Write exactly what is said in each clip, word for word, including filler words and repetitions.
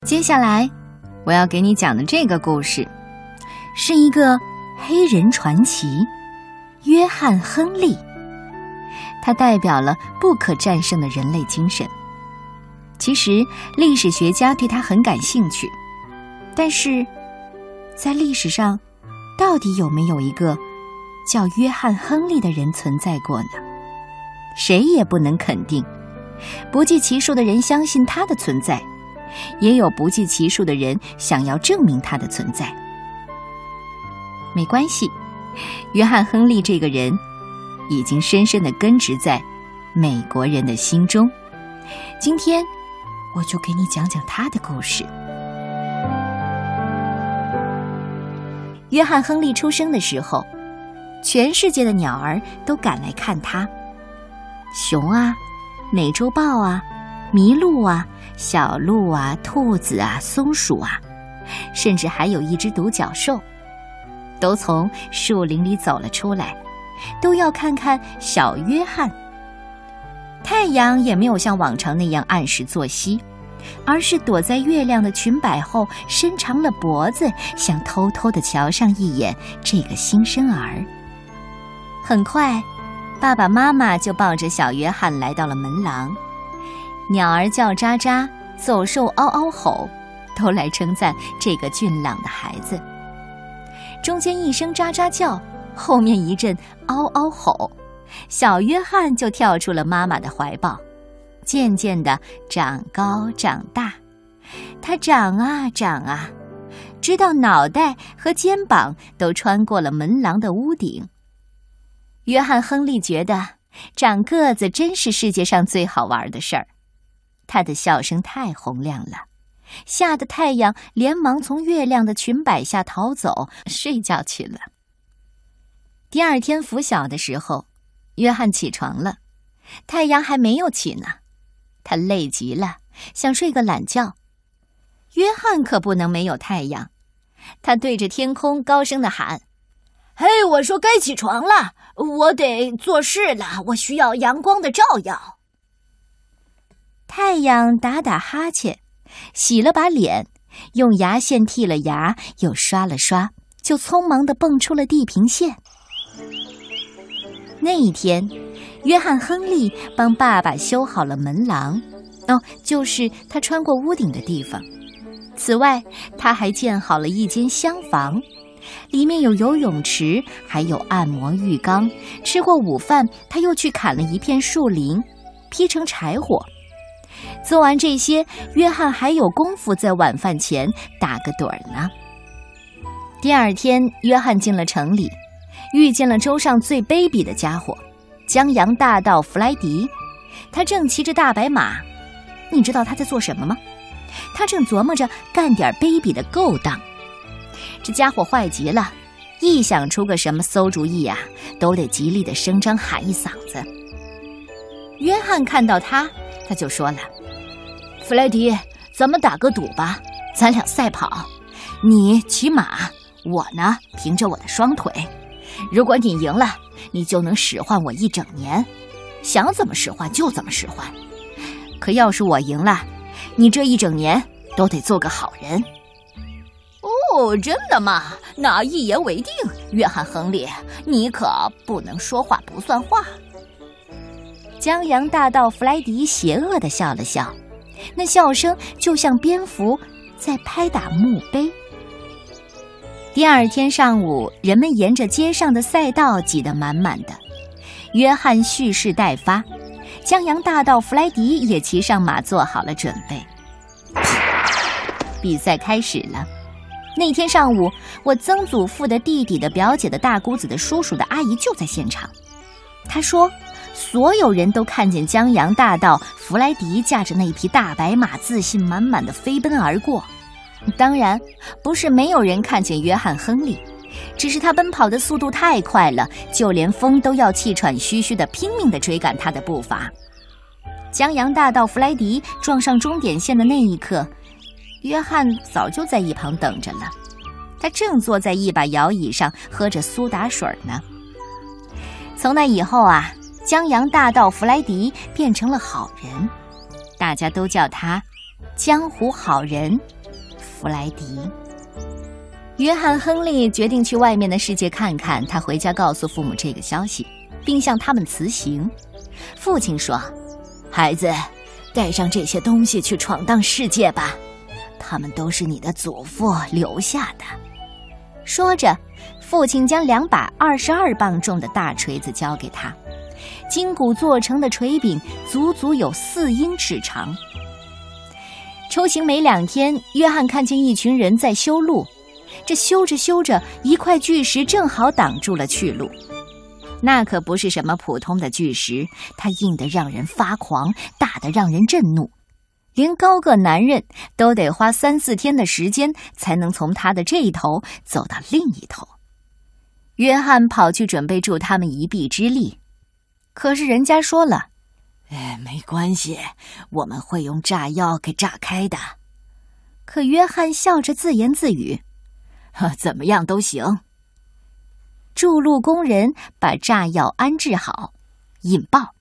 接下来我要给你讲的这个故事是一个黑人传奇约翰·亨利，他代表了不可战胜的人类精神。其实历史学家对他很感兴趣，但是在历史上到底有没有一个叫约翰·亨利的人存在过呢？谁也不能肯定。不计其数的人相信他的存在，也有不计其数的人想要证明他的存在。没关系，约翰·亨利这个人已经深深地根植在美国人的心中。今天我就给你讲讲他的故事。约翰·亨利出生的时候，全世界的鸟儿都赶来看他。熊啊，美洲豹啊，麋鹿啊，小鹿啊，兔子啊，松鼠啊，甚至还有一只独角兽，都从树林里走了出来，都要看看小约翰。太阳也没有像往常那样按时作息，而是躲在月亮的裙摆后伸长了脖子，想偷偷地瞧上一眼这个新生儿。很快，爸爸妈妈就抱着小约翰来到了门廊，鸟儿叫喳喳，走兽嗷嗷吼，都来称赞这个俊朗的孩子。中间一声喳喳叫，后面一阵嗷嗷吼，小约翰就跳出了妈妈的怀抱，渐渐地长高长大。他长啊长啊，直到脑袋和肩膀都穿过了门廊的屋顶。约翰·亨利觉得长个子真是世界上最好玩的事儿。他的笑声太洪亮了，吓得太阳连忙从月亮的裙摆下逃走，睡觉去了。第二天拂晓的时候，约翰起床了，太阳还没有起呢。他累极了，想睡个懒觉。约翰可不能没有太阳，他对着天空高声地喊： 嘿，我说该起床了，我得做事了，我需要阳光的照耀。 太阳打打哈欠，洗了把脸，用牙线剔了牙，又刷了刷，就匆忙地蹦出了地平线。那一天，约翰·亨利帮爸爸修好了门廊，哦，就是他穿过屋顶的地方。此外，他还建好了一间厢房，里面有游泳池，还有按摩浴缸。吃过午饭，他又去砍了一片树林，劈成柴火。做完这些，约翰还有功夫在晚饭前打个盹儿呢。第二天，约翰进了城里，遇见了州上最卑鄙的家伙——江洋大盗弗莱迪。他正骑着大白马，你知道他在做什么吗？他正琢磨着干点卑鄙的勾当。这家伙坏极了，一想出个什么馊主意啊，都得极力的声张喊一嗓子。约翰看到他，他就说了：弗莱迪，咱们打个赌吧，咱俩赛跑，你骑马，我呢凭着我的双腿。如果你赢了，你就能使唤我一整年，想怎么使唤就怎么使唤。可要是我赢了，你这一整年都得做个好人。 哦，真的吗？那一言为定，约翰·亨利，你可不能说话不算话。 江洋大盗弗莱迪邪恶地笑了笑，那笑声就像蝙蝠在拍打墓碑。第二天上午，人们沿着街上的赛道挤得满满的。约翰蓄势待发，江洋大盗弗莱迪也骑上马做好了准备。比赛开始了。那天上午，我曾祖父的弟弟的表姐的大姑子的叔叔的阿姨就在现场。他说，所有人都看见江洋大盗弗莱迪驾着那匹大白马自信满满的飞奔而过。当然，不是没有人看见约翰·亨利，只是他奔跑的速度太快了，就连风都要气喘吁吁地拼命地追赶他的步伐。江洋大盗弗莱迪撞上终点线的那一刻，约翰早就在一旁等着了，他正坐在一把摇椅上喝着苏打水呢。从那以后啊，江洋大盗弗莱迪变成了好人，大家都叫他江湖好人弗莱迪。约翰·亨利决定去外面的世界看看，他回家告诉父母这个消息，并向他们辞行。父亲说：“孩子，带上这些东西去闯荡世界吧，他们都是你的祖父留下的。”说着，父亲将两把二十二磅重的大锤子交给他，筋骨做成的锤柄足足有四英尺长。出行没两天，约翰看见一群人在修路，这修着修着，一块巨石正好挡住了去路。那可不是什么普通的巨石，它硬得让人发狂，大得让人震怒，连高个男人都得花三四天的时间才能从他的这一头走到另一头。约翰跑去准备助他们一臂之力，可是人家说了：“哎，没关系，我们会用炸药给炸开的。”可约翰笑着自言自语：“怎么样都行。”筑路工人把炸药安置好，引爆，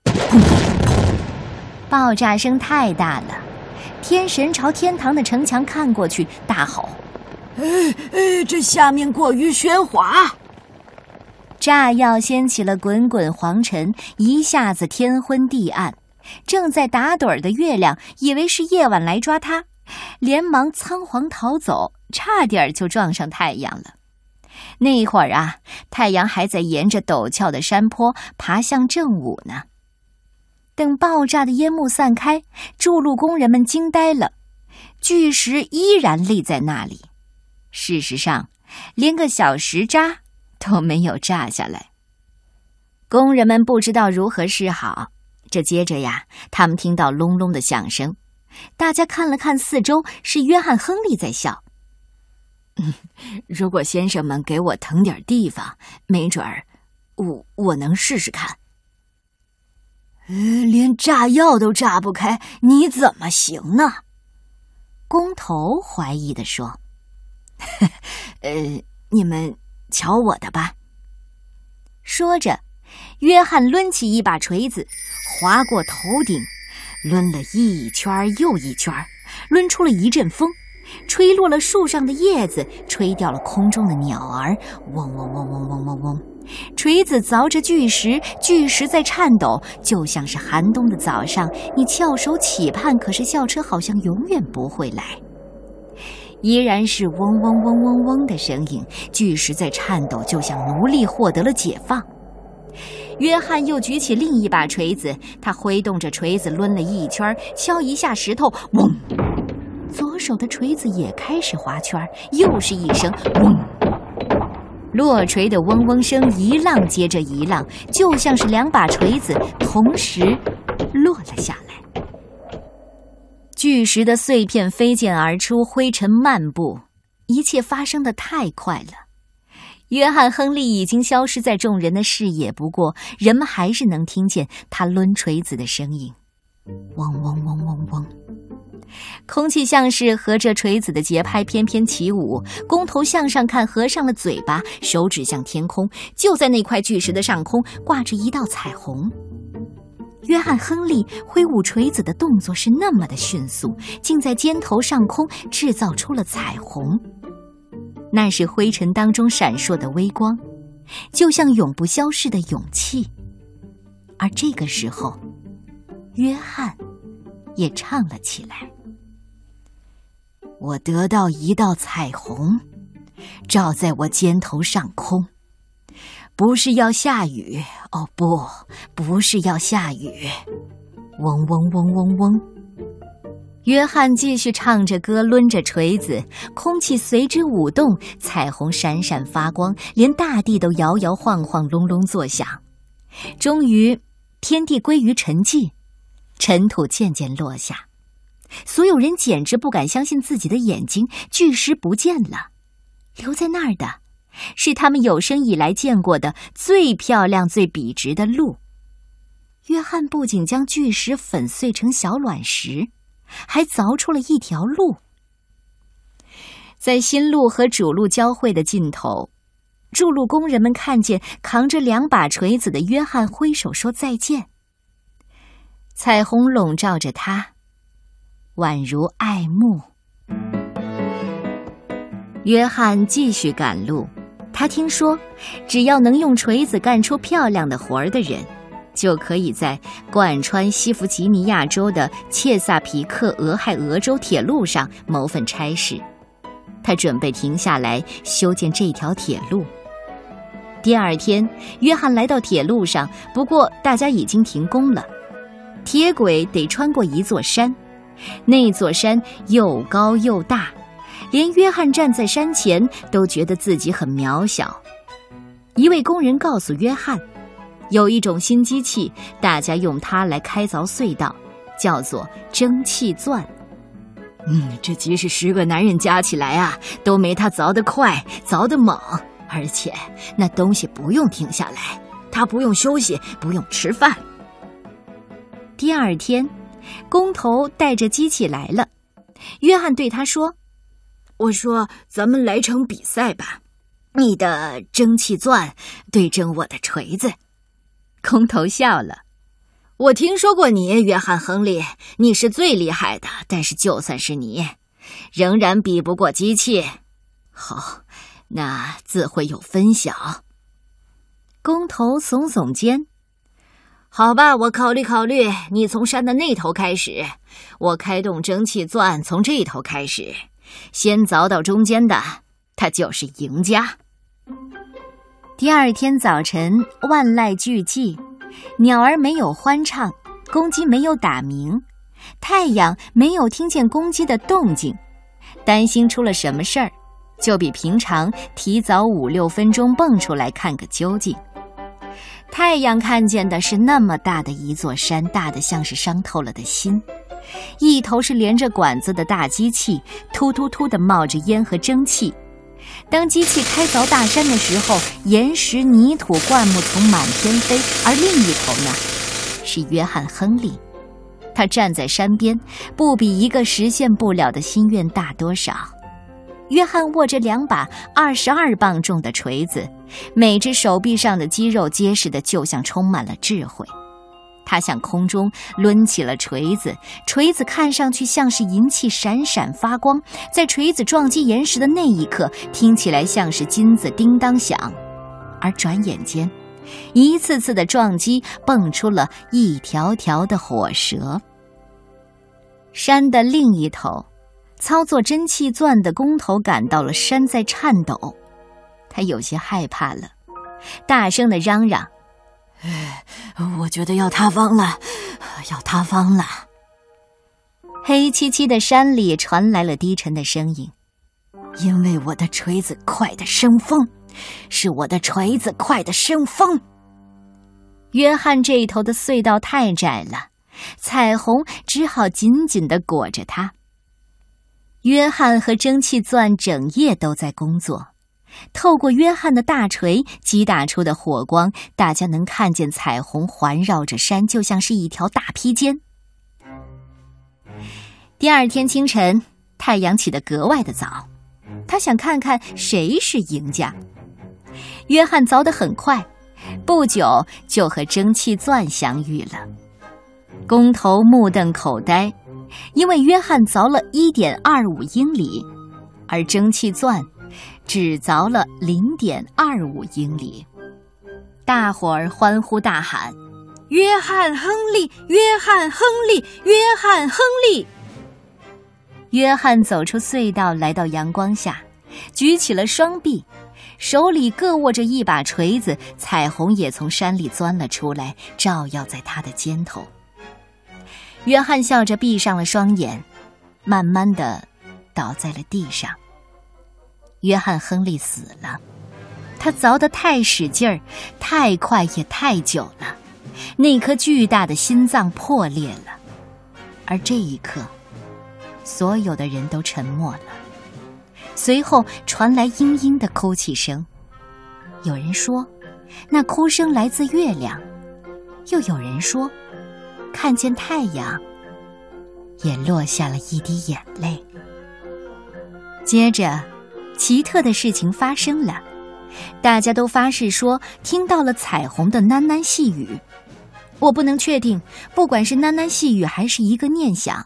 爆炸声太大了，天神朝天堂的城墙看过去，大吼：“哎哎，这下面过于喧哗！”炸药掀起了滚滚黄尘，一下子天昏地暗。正在打盹儿的月亮以为是夜晚来抓他，连忙仓皇逃走，差点就撞上太阳了。那会儿啊，太阳还在沿着陡峭的山坡爬向正午呢。等爆炸的烟幕散开，筑路工人们惊呆了，巨石依然立在那里。事实上，连个小石渣都没有炸下来。工人们不知道如何是好。这接着呀，他们听到隆隆的响声，大家看了看四周，是约翰·亨利在笑。嗯，如果先生们给我腾点地方，没准儿我我能试试看。呃，连炸药都炸不开，你怎么行呢？工头怀疑地说。呃，你们瞧我的吧。说着，约翰抡起一把锤子，划过头顶，抡了一圈又一圈，抡出了一阵风，吹落了树上的叶子，吹掉了空中的鸟儿，嗡嗡嗡嗡嗡嗡嗡。锤子凿着巨石，巨石在颤抖，就像是寒冬的早上，你翘首企盼，可是校车好像永远不会来。依然是嗡嗡嗡嗡嗡的声音，巨石在颤抖，就像奴隶获得了解放。约翰又举起另一把锤子，他挥动着锤子抡了一圈，敲一下石头，嗡！左手的锤子也开始划圈，又是一声嗡！落锤的嗡嗡声一浪接着一浪，就像是两把锤子同时落了下来。巨石的碎片飞溅而出，灰尘漫步，一切发生得太快了。约翰·亨利已经消失在众人的视野，不过人们还是能听见他抡锤子的声音，嗡嗡嗡嗡嗡。空气像是和着锤子的节拍翩翩起舞，工头向上看，合上了嘴巴，手指向天空。就在那块巨石的上空挂着一道彩虹。约翰·亨利挥舞锤子的动作是那么的迅速，竟在肩头上空制造出了彩虹。那是灰尘当中闪烁的微光，就像永不消逝的勇气。而这个时候，约翰也唱了起来。我得到一道彩虹，照在我肩头上空。不是要下雨，哦不，不是要下雨。嗡嗡嗡嗡嗡。约翰继续唱着歌，抡着锤子，空气随之舞动，彩虹闪闪发光，连大地都摇摇晃晃，隆隆作响。终于，天地归于沉寂，尘土渐渐落下。所有人简直不敢相信自己的眼睛，巨石不见了，留在那儿的是他们有生以来见过的最漂亮、最笔直的路。约翰不仅将巨石粉碎成小卵石，还凿出了一条路。在新路和主路交汇的尽头，筑路工人们看见扛着两把锤子的约翰挥手说再见。彩虹笼罩着他， 宛如爱慕。约翰继续赶路，他听说，只要能用锤子干出漂亮的活儿的人，就可以在贯穿西弗吉尼亚州的切萨皮克俄亥俄州铁路上谋份差事。他准备停下来修建这条铁路。第二天，约翰来到铁路上，不过大家已经停工了。铁轨得穿过一座山，那座山又高又大，连约翰站在山前都觉得自己很渺小。一位工人告诉约翰，有一种新机器，大家用它来开凿隧道，叫做蒸汽钻。嗯，这即使十个男人加起来啊，都没它凿得快，凿得猛，而且那东西不用停下来，它不用休息，不用吃饭。第二天，工头带着机器来了，约翰对他说：“我说，咱们来场比赛吧，你的蒸汽钻对阵我的锤子。”工头笑了。我听说过你，约翰·亨利，你是最厉害的，但是就算是你，仍然比不过机器。好，那自会有分晓。工头耸耸肩。好吧，我考虑考虑，你从山的那头开始，我开动蒸汽钻从这头开始，先凿到中间的，他就是赢家。第二天早晨，万籁俱寂，鸟儿没有欢唱，公鸡没有打鸣，太阳没有听见公鸡的动静，担心出了什么事儿，就比平常提早五六分钟蹦出来看个究竟。太阳看见的是那么大的一座山，大得像是伤透了的心。一头是连着管子的大机器，突突突地冒着烟和蒸汽。当机器开凿大山的时候，岩石、泥土、灌木丛满天飞，而另一头呢，是约翰·亨利。他站在山边，不比一个实现不了的心愿大多少。约翰握着两把二十二磅重的锤子，每只手臂上的肌肉结实的就像充满了智慧。他向空中抡起了锤子，锤子看上去像是银器闪闪发光，在锤子撞击岩石的那一刻，听起来像是金子叮当响。而转眼间，一次次的撞击蹦出了一条条的火舌。山的另一头，操作蒸汽钻的工头感到了山在颤抖，他有些害怕了，大声地嚷嚷：“哎，我觉得要塌方了，要塌方了。”黑漆漆的山里传来了低沉的声音：“因为我的锤子快得生风，是我的锤子快得生风。”约翰这一头的隧道太窄了，彩虹只好紧紧地裹着它。约翰和蒸汽钻整夜都在工作，透过约翰的大锤击打出的火光，大家能看见彩虹环绕着山，就像是一条大披肩。第二天清晨，太阳起得格外的早，他想看看谁是赢家。约翰凿得很快，不久就和蒸汽钻相遇了。工头目瞪口呆，因为约翰凿了 一点二五英里，而蒸汽钻只凿了 零点二五英里。大伙儿欢呼大喊：“约翰·亨利！约翰·亨利！约翰·亨利！”约翰走出隧道，来到阳光下，举起了双臂，手里各握着一把锤子，彩虹也从山里钻了出来，照耀在他的肩头。约翰笑着闭上了双眼，慢慢地倒在了地上。约翰·亨利死了，他凿得太使劲儿，太快也太久了，那颗巨大的心脏破裂了。而这一刻，所有的人都沉默了。随后传来嘤嘤的哭泣声，有人说那哭声来自月亮，又有人说看见太阳，也落下了一滴眼泪。接着奇特的事情发生了，大家都发誓说听到了彩虹的喃喃细语。我不能确定，不管是喃喃细语还是一个念想，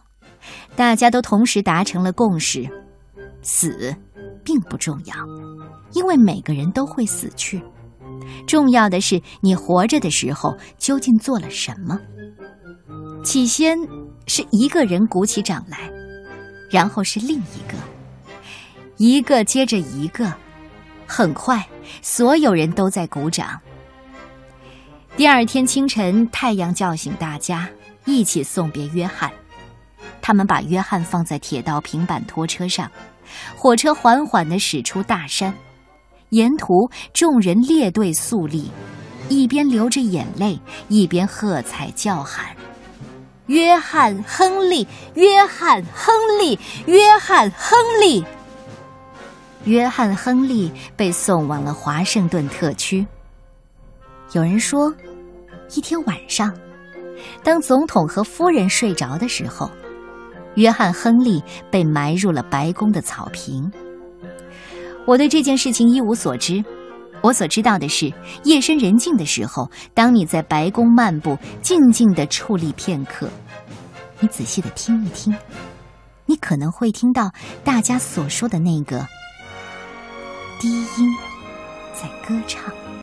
大家都同时达成了共识：死并不重要，因为每个人都会死去。重要的是你活着的时候究竟做了什么。起先是一个人鼓起掌来，然后是另一个，一个接着一个，很快所有人都在鼓掌。第二天清晨，太阳叫醒大家，一起送别约翰。他们把约翰放在铁道平板拖车上，火车缓缓地驶出大山。沿途众人列队肃立，一边流着眼泪，一边喝彩叫喊：约翰·亨利，约翰·亨利，约翰·亨利。约翰·亨利被送往了华盛顿特区。有人说，一天晚上，当总统和夫人睡着的时候，约翰·亨利被埋入了白宫的草坪。我对这件事情一无所知，我所知道的是，夜深人静的时候，当你在白宫漫步，静静地矗立片刻，你仔细地听一听，你可能会听到大家所说的那个低音在歌唱。